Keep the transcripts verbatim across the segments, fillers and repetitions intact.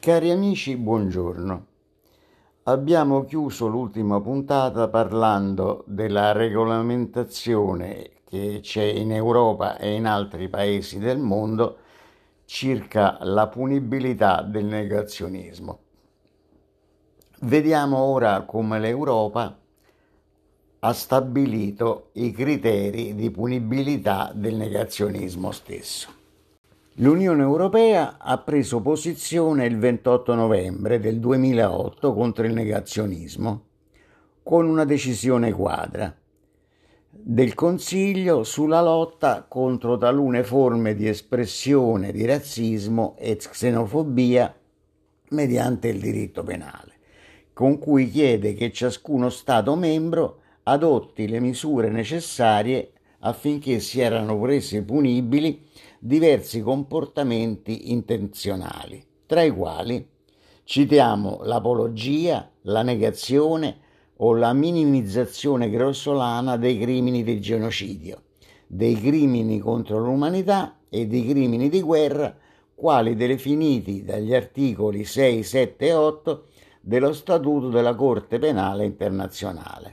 Cari amici, buongiorno. Abbiamo chiuso l'ultima puntata parlando della regolamentazione che c'è in Europa e in altri paesi del mondo circa la punibilità del negazionismo. Vediamo ora come l'Europa ha stabilito i criteri di punibilità del negazionismo stesso. L'Unione Europea ha preso posizione il ventotto novembre del duemilaotto contro il negazionismo con una decisione quadra del Consiglio sulla lotta contro talune forme di espressione di razzismo e xenofobia mediante il diritto penale, con cui chiede che ciascuno Stato membro adotti le misure necessarie affinché siano resi punibili diversi comportamenti intenzionali, tra i quali citiamo l'apologia, la negazione o la minimizzazione grossolana dei crimini di genocidio, dei crimini contro l'umanità e dei crimini di guerra, quali definiti dagli articoli sei, sette e otto dello Statuto della Corte Penale Internazionale.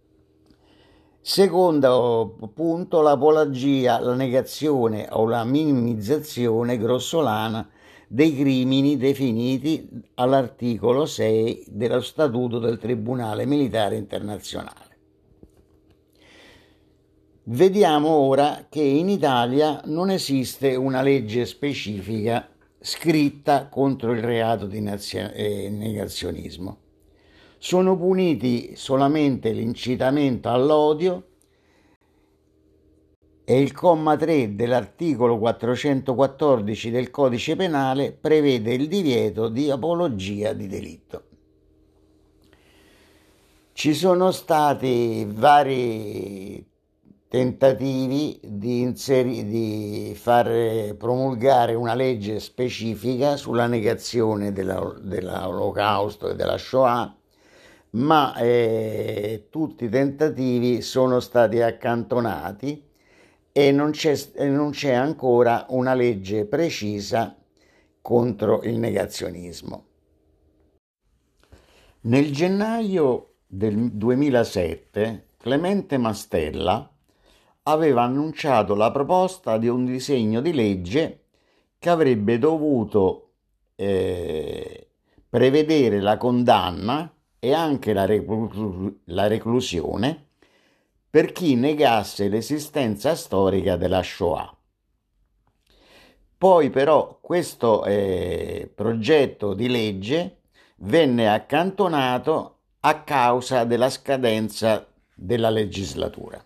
Secondo punto, l'apologia, la negazione o la minimizzazione grossolana dei crimini definiti all'articolo sei dello Statuto del Tribunale Militare Internazionale. Vediamo ora che in Italia non esiste una legge specifica scritta contro il reato di negazionismo. Sono puniti solamente l'incitamento all'odio e il comma tre dell'articolo quattrocentoquattordici del Codice Penale prevede il divieto di apologia di delitto. Ci sono stati vari tentativi di, inseri- di far promulgare una legge specifica sulla negazione della, dell'Olocausto e della Shoah, ma eh, tutti i tentativi sono stati accantonati e non c'è, non c'è ancora una legge precisa contro il negazionismo. Nel gennaio del duemilasette Clemente Mastella aveva annunciato la proposta di un disegno di legge che avrebbe dovuto eh, prevedere la condanna e anche la, reclu- la reclusione per chi negasse l'esistenza storica della Shoah. Poi però questo eh, progetto di legge venne accantonato a causa della scadenza della legislatura.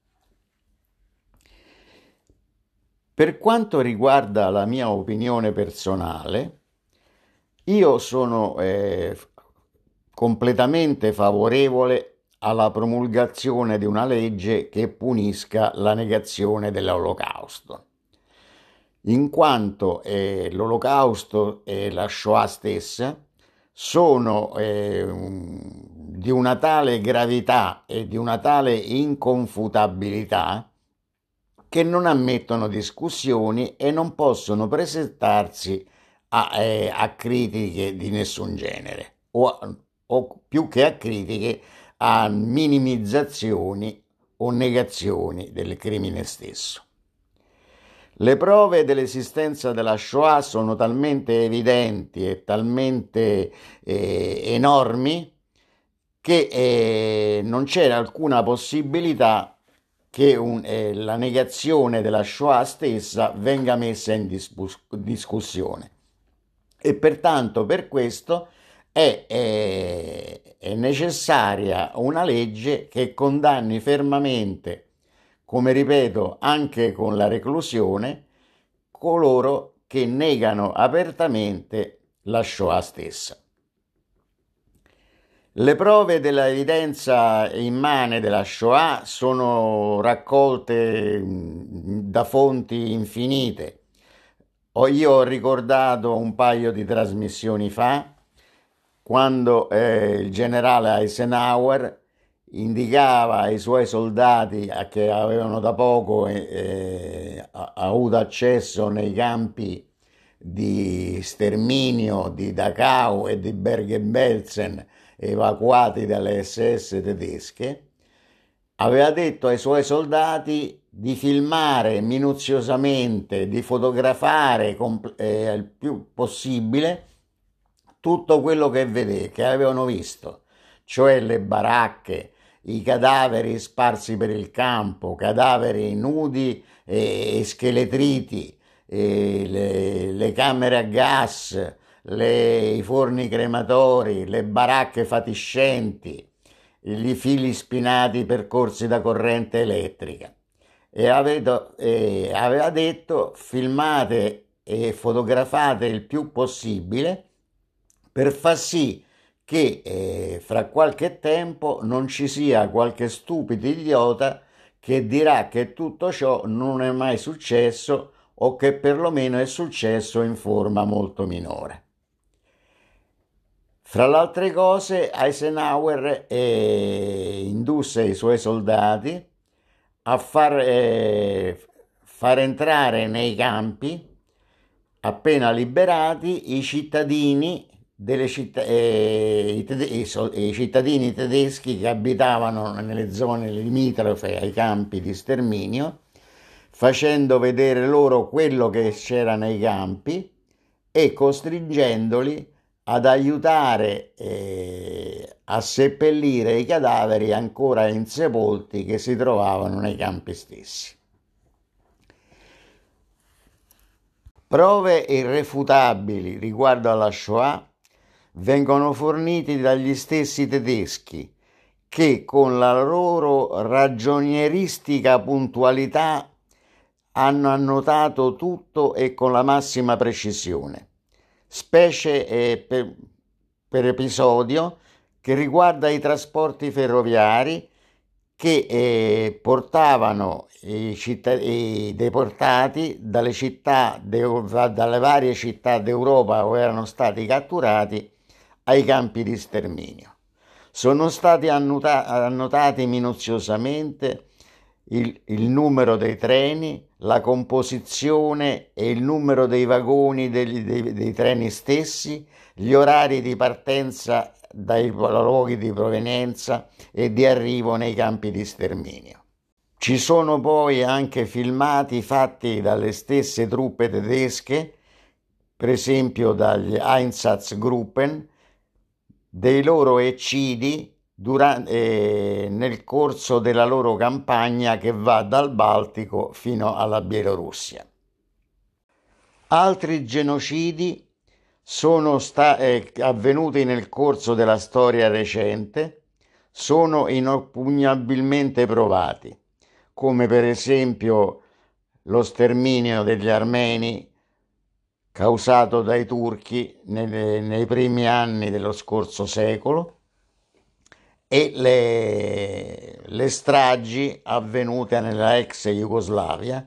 Per quanto riguarda la mia opinione personale, io sono eh, completamente favorevole alla promulgazione di una legge che punisca la negazione dell'Olocausto, in quanto eh, l'Olocausto e la Shoah stessa sono eh, di una tale gravità e di una tale inconfutabilità che non ammettono discussioni e non possono presentarsi a, eh, a critiche di nessun genere o, o più che a critiche a minimizzazioni o negazioni del crimine stesso. Le prove dell'esistenza della Shoah sono talmente evidenti e talmente eh, enormi che eh, non c'era alcuna possibilità che un, eh, la negazione della Shoah stessa venga messa in discus- discussione. E pertanto per questo è, è, è necessaria una legge che condanni fermamente, come ripeto, anche con la reclusione, coloro che negano apertamente la Shoah stessa. Le prove dell'evidenza immane della Shoah sono raccolte da fonti infinite. Io ho ricordato un paio di trasmissioni fa, quando eh, il generale Eisenhower indicava ai suoi soldati che avevano da poco eh, avuto accesso nei campi di sterminio di Dachau e di Bergen-Belsen evacuati dalle S S tedesche, aveva detto ai suoi soldati di filmare minuziosamente, di fotografare eh, il più possibile tutto quello che vede, che avevano visto, cioè le baracche, i cadaveri sparsi per il campo, cadaveri nudi e scheletriti, e le, le camere a gas, le, i forni crematori, le baracche fatiscenti, i fili spinati percorsi da corrente elettrica. E aveva, e aveva detto: filmate e fotografate il più possibile per far sì che eh, fra qualche tempo non ci sia qualche stupido idiota che dirà che tutto ciò non è mai successo o che perlomeno è successo in forma molto minore. Fra le altre cose, Eisenhower eh, indusse i suoi soldati a far, eh, far entrare nei campi, appena liberati, i cittadini delle città, eh, i, tede- i, so- i cittadini tedeschi che abitavano nelle zone limitrofe ai campi di sterminio, facendo vedere loro quello che c'era nei campi e costringendoli ad aiutare eh, a seppellire i cadaveri ancora insepolti che si trovavano nei campi stessi. Prove irrefutabili riguardo alla Shoah vengono forniti dagli stessi tedeschi che con la loro ragionieristica puntualità hanno annotato tutto e con la massima precisione, specie eh, per, per episodio che riguarda i trasporti ferroviari che eh, portavano i, citt- i deportati dalle, città de- dalle varie città d'Europa dove erano stati catturati ai campi di sterminio. Sono stati annota- annotati minuziosamente il, il numero dei treni, la composizione e il numero dei vagoni dei, dei, dei treni stessi, gli orari di partenza dai luoghi di provenienza e di arrivo nei campi di sterminio. Ci sono poi anche filmati fatti dalle stesse truppe tedesche, per esempio dagli Einsatzgruppen, dei loro eccidi durante, eh, nel corso della loro campagna che va dal Baltico fino alla Bielorussia. Altri genocidi sono sta- eh, avvenuti nel corso della storia recente, sono inoppugnabilmente provati, come per esempio lo sterminio degli armeni causato dai turchi nei, nei primi anni dello scorso secolo e le, le stragi avvenute nella ex Jugoslavia,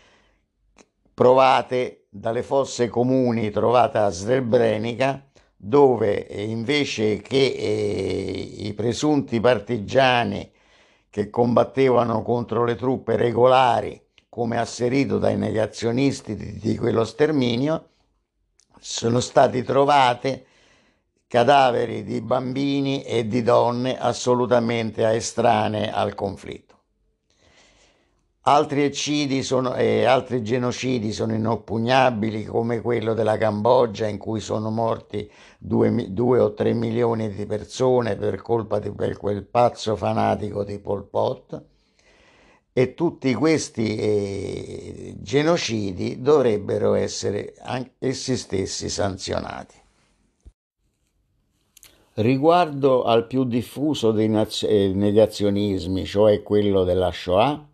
provate dalle fosse comuni trovate a Srebrenica, dove invece che eh, i presunti partigiani che combattevano contro le truppe regolari, come asserito dai negazionisti di, di quello sterminio, sono stati trovati cadaveri di bambini e di donne assolutamente estranee al conflitto. Altri eccidi sono, eh, altri genocidi sono inoppugnabili, come quello della Cambogia, in cui sono morti due, due o tre milioni di persone per colpa di per quel pazzo fanatico di Pol Pot. E tutti questi eh, genocidi dovrebbero essere anche essi stessi sanzionati. Riguardo al più diffuso dei naz- eh, negazionismi, cioè quello della Shoah,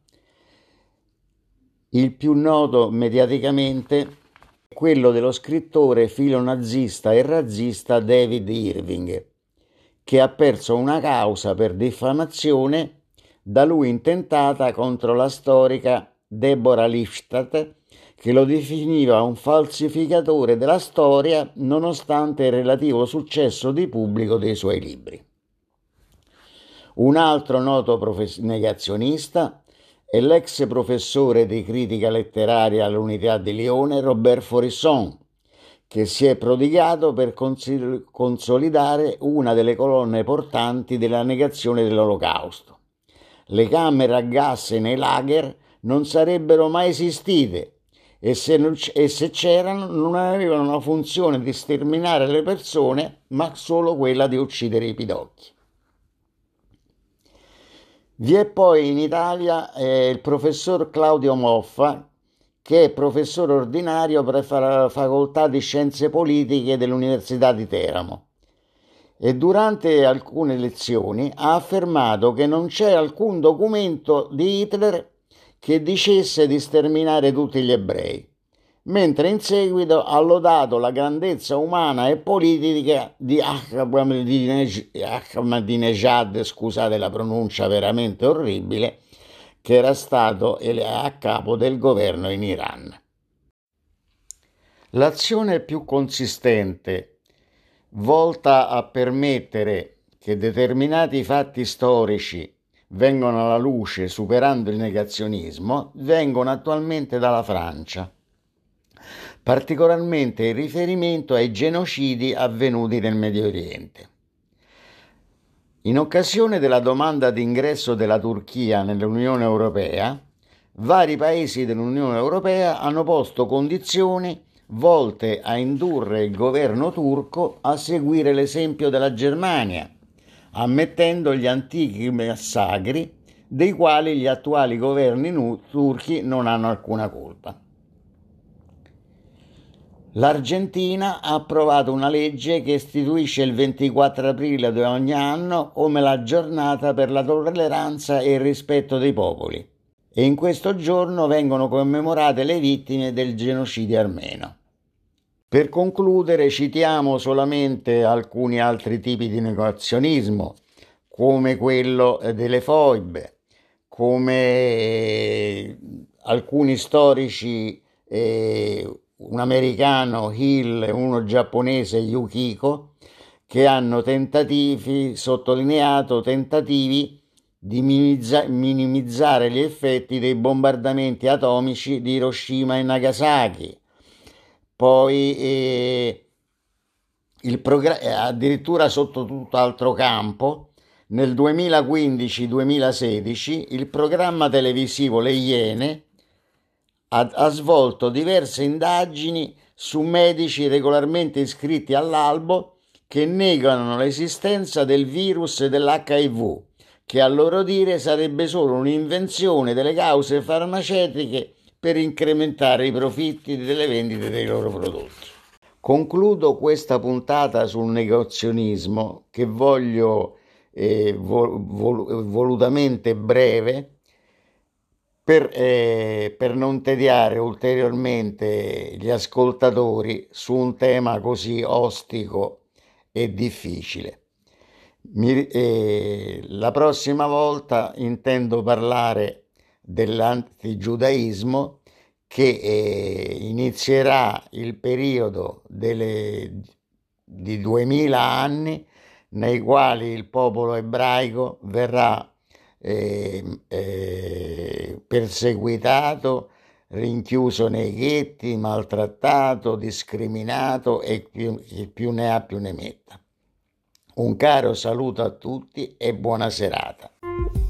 il più noto mediaticamente è quello dello scrittore filonazista e razzista David Irving, che ha perso una causa per diffamazione da lui intentata contro la storica Deborah Lipstadt, che lo definiva un falsificatore della storia nonostante il relativo successo di pubblico dei suoi libri. Un altro noto profes- negazionista è l'ex professore di critica letteraria all'Università di Lione, Robert Faurisson, che si è prodigato per consolidare una delle colonne portanti della negazione dell'Olocausto. Le camere a gas nei lager non sarebbero mai esistite e se, non c- e se c'erano non avevano una funzione di sterminare le persone, ma solo quella di uccidere i pidocchi. Vi è poi in Italia eh, il professor Claudio Moffa, che è professore ordinario presso la facoltà di scienze politiche dell'Università di Teramo, e durante alcune lezioni ha affermato che non c'è alcun documento di Hitler che dicesse di sterminare tutti gli ebrei, mentre in seguito ha lodato la grandezza umana e politica di Ahmadinejad, scusate la pronuncia veramente orribile, che era stato a capo del governo in Iran. L'azione più consistente, volta a permettere che determinati fatti storici vengano alla luce superando il negazionismo, vengono attualmente dalla Francia, particolarmente in riferimento ai genocidi avvenuti nel Medio Oriente. In occasione della domanda d'ingresso della Turchia nell'Unione Europea, vari paesi dell'Unione Europea hanno posto condizioni volte a indurre il governo turco a seguire l'esempio della Germania, ammettendo gli antichi massacri dei quali gli attuali governi turchi non hanno alcuna colpa. L'Argentina ha approvato una legge che istituisce il ventiquattro aprile di ogni anno come la giornata per la tolleranza e il rispetto dei popoli, e in questo giorno vengono commemorate le vittime del genocidio armeno. Per concludere, citiamo solamente alcuni altri tipi di negazionismo, come quello delle foibe, come alcuni storici, eh, un americano Hill e uno giapponese Yukiko, che hanno tentativi, sottolineato tentativi di minimizzare gli effetti dei bombardamenti atomici di Hiroshima e Nagasaki. Poi eh, il progra- addirittura sotto tutt'altro campo, nel duemilaquindici duemilasedici il programma televisivo Le Iene ha, ha svolto diverse indagini su medici regolarmente iscritti all'albo che negano l'esistenza del virus dell'H I V, che a loro dire sarebbe solo un'invenzione delle cause farmaceutiche per incrementare i profitti delle vendite dei loro prodotti. Concludo questa puntata sul negazionismo, che voglio eh, vol- vol- volutamente breve, per, eh, per non tediare ulteriormente gli ascoltatori su un tema così ostico e difficile. Mi, eh, la prossima volta intendo parlare dell'antigiudaismo, che eh, inizierà il periodo delle, di duemila anni nei quali il popolo ebraico verrà eh, eh, perseguitato, rinchiuso nei ghetti, maltrattato, discriminato e più, chi più ne ha più ne metta. Un caro saluto a tutti e buona serata.